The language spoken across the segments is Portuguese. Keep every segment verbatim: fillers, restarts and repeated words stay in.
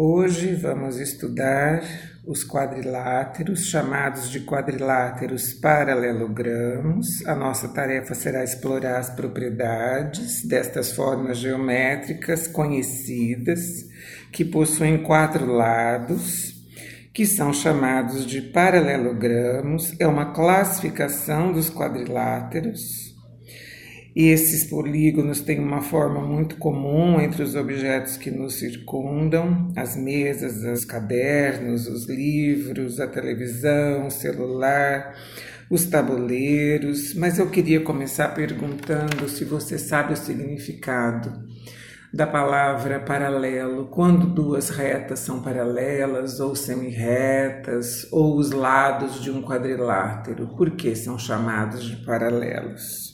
Hoje vamos estudar os quadriláteros, chamados de quadriláteros paralelogramos. A nossa tarefa será explorar as propriedades destas formas geométricas conhecidas, que possuem quatro lados, que são chamados de paralelogramos. É uma classificação dos quadriláteros. E esses polígonos têm uma forma muito comum entre os objetos que nos circundam, as mesas, os cadernos, os livros, a televisão, o celular, os tabuleiros. Mas eu queria começar perguntando se você sabe o significado da palavra paralelo, quando duas retas são paralelas ou semirretas, ou os lados de um quadrilátero. Por que são chamados de paralelos?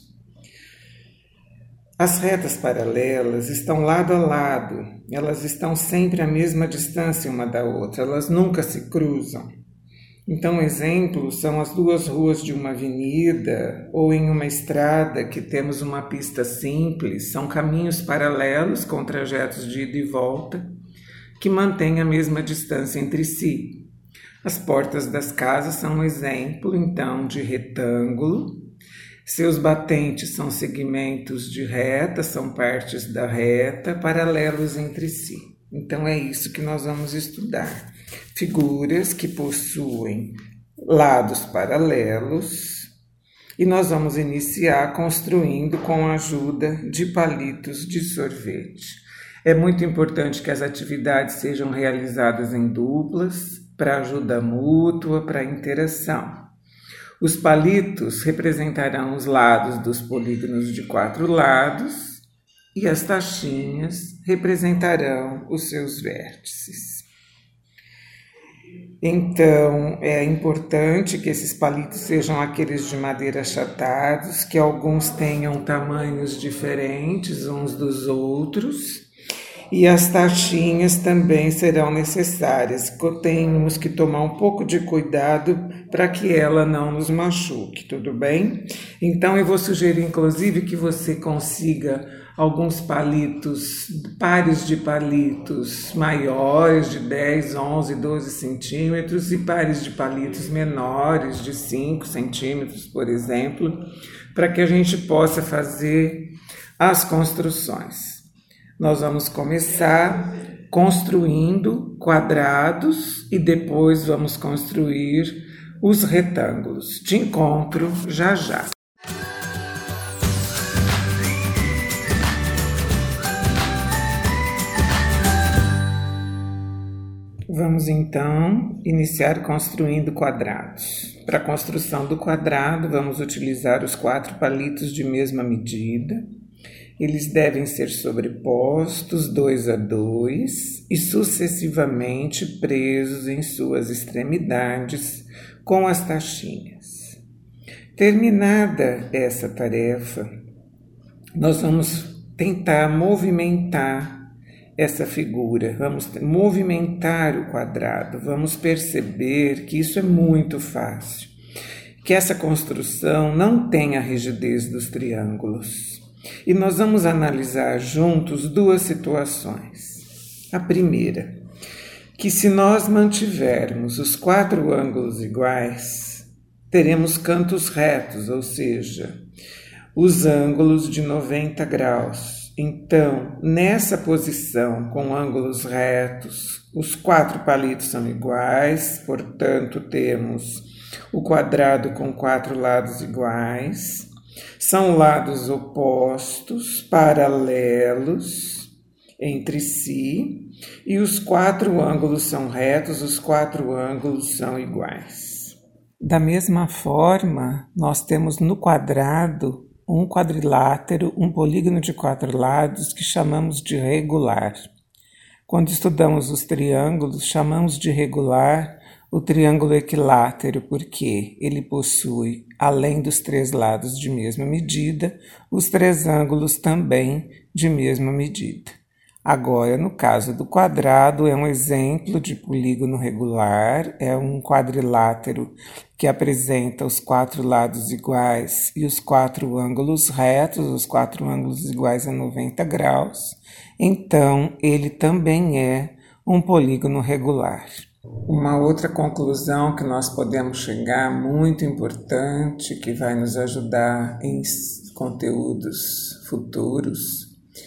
As retas paralelas estão lado a lado, elas estão sempre à mesma distância uma da outra, elas nunca se cruzam. Então, exemplos são as duas ruas de uma avenida ou em uma estrada que temos uma pista simples, são caminhos paralelos com trajetos de ida e volta que mantêm a mesma distância entre si. As portas das casas são um exemplo, então, de retângulo. Seus batentes são segmentos de reta, são partes da reta, paralelos entre si. Então é isso que nós vamos estudar. Figuras que possuem lados paralelos e nós vamos iniciar construindo com a ajuda de palitos de sorvete. É muito importante que as atividades sejam realizadas em duplas, para ajuda mútua, para interação. Os palitos representarão os lados dos polígonos de quatro lados e as tachinhas representarão os seus vértices. Então, é importante que esses palitos sejam aqueles de madeira achatados, que alguns tenham tamanhos diferentes uns dos outros. E as tachinhas também serão necessárias. Temos que tomar um pouco de cuidado para que ela não nos machuque, tudo bem? Então eu vou sugerir, inclusive, que você consiga alguns palitos, pares de palitos maiores, de dez, onze, doze centímetros, e pares de palitos menores, de cinco centímetros, por exemplo, para que a gente possa fazer as construções. Nós vamos começar construindo quadrados e depois vamos construir os retângulos. Te encontro já já. Vamos então iniciar construindo quadrados. Para a construção do quadrado, vamos utilizar os quatro palitos de mesma medida. Eles devem ser sobrepostos dois a dois e sucessivamente presos em suas extremidades com as tachinhas. Terminada essa tarefa, nós vamos tentar movimentar essa figura, vamos movimentar o quadrado, vamos perceber que isso é muito fácil, que essa construção não tem a rigidez dos triângulos. E nós vamos analisar juntos duas situações. A primeira, que se nós mantivermos os quatro ângulos iguais, teremos cantos retos, ou seja, os ângulos de noventa graus. Então, nessa posição com ângulos retos, os quatro palitos são iguais, portanto, temos o quadrado com quatro lados iguais. São lados opostos, paralelos entre si, e os quatro ângulos são retos, os quatro ângulos são iguais. Da mesma forma, nós temos no quadrado um quadrilátero, um polígono de quatro lados que chamamos de regular. Quando estudamos os triângulos, chamamos de regular o triângulo equilátero, porque ele possui, além dos três lados de mesma medida, os três ângulos também de mesma medida. Agora, no caso do quadrado, é um exemplo de polígono regular, é um quadrilátero que apresenta os quatro lados iguais e os quatro ângulos retos, os quatro ângulos iguais a noventa graus. Então, ele também é um polígono regular. Uma outra conclusão que nós podemos chegar, muito importante, que vai nos ajudar em conteúdos futuros,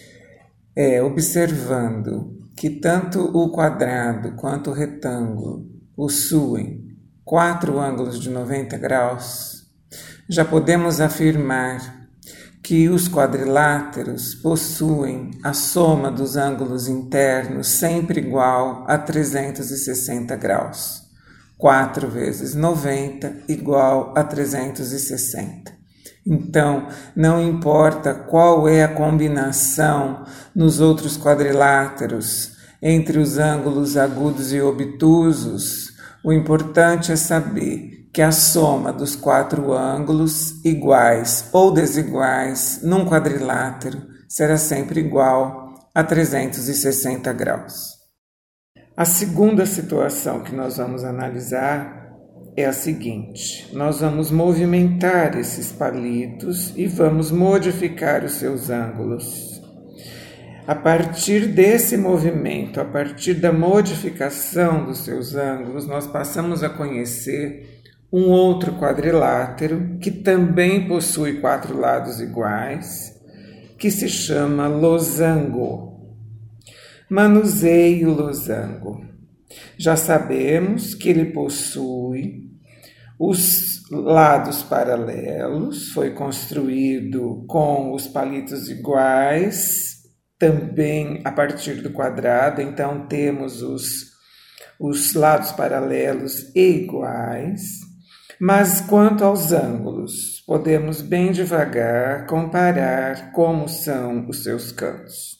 é observando que tanto o quadrado quanto o retângulo possuem quatro ângulos de noventa graus, já podemos afirmar que os quadriláteros possuem a soma dos ângulos internos sempre igual a trezentos e sessenta graus. quatro vezes noventa igual a trezentos e sessenta. Então, não importa qual é a combinação nos outros quadriláteros entre os ângulos agudos e obtusos, o importante é saber que a soma dos quatro ângulos iguais ou desiguais num quadrilátero será sempre igual a trezentos e sessenta graus. A segunda situação que nós vamos analisar é a seguinte: nós vamos movimentar esses palitos e vamos modificar os seus ângulos. A partir desse movimento, a partir da modificação dos seus ângulos, nós passamos a conhecer um outro quadrilátero que também possui quatro lados iguais, que se chama losango. Manuseie o losango. Já sabemos que ele possui os lados paralelos, foi construído com os palitos iguais, também a partir do quadrado, então temos os, os lados paralelos e iguais. Mas quanto aos ângulos, podemos bem devagar comparar como são os seus cantos.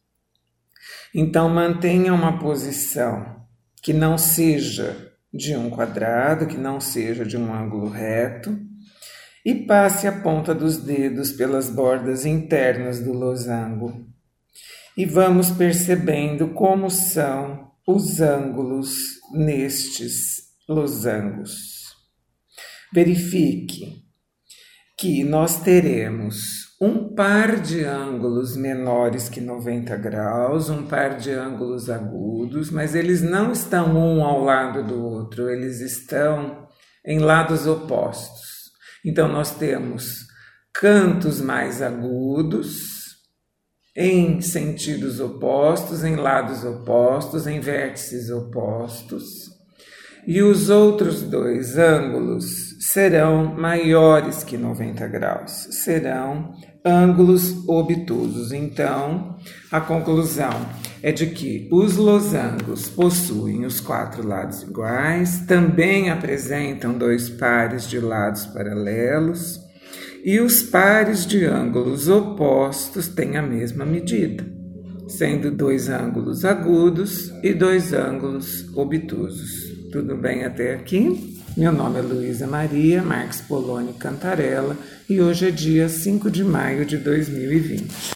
Então, mantenha uma posição que não seja de um quadrado, que não seja de um ângulo reto, e passe a ponta dos dedos pelas bordas internas do losango. E vamos percebendo como são os ângulos nestes losangos. Verifique que nós teremos um par de ângulos menores que noventa graus, um par de ângulos agudos, mas eles não estão um ao lado do outro, eles estão em lados opostos. Então, nós temos cantos mais agudos, em sentidos opostos, em lados opostos, em vértices opostos, e os outros dois ângulos serão maiores que noventa graus, serão ângulos obtusos. Então, a conclusão é de que os losangos possuem os quatro lados iguais, também apresentam dois pares de lados paralelos, e os pares de ângulos opostos têm a mesma medida, sendo dois ângulos agudos e dois ângulos obtusos. Tudo bem até aqui? Meu nome é Luísa Maria Marques Poloni Cantarella e hoje é dia cinco de maio de dois mil e vinte.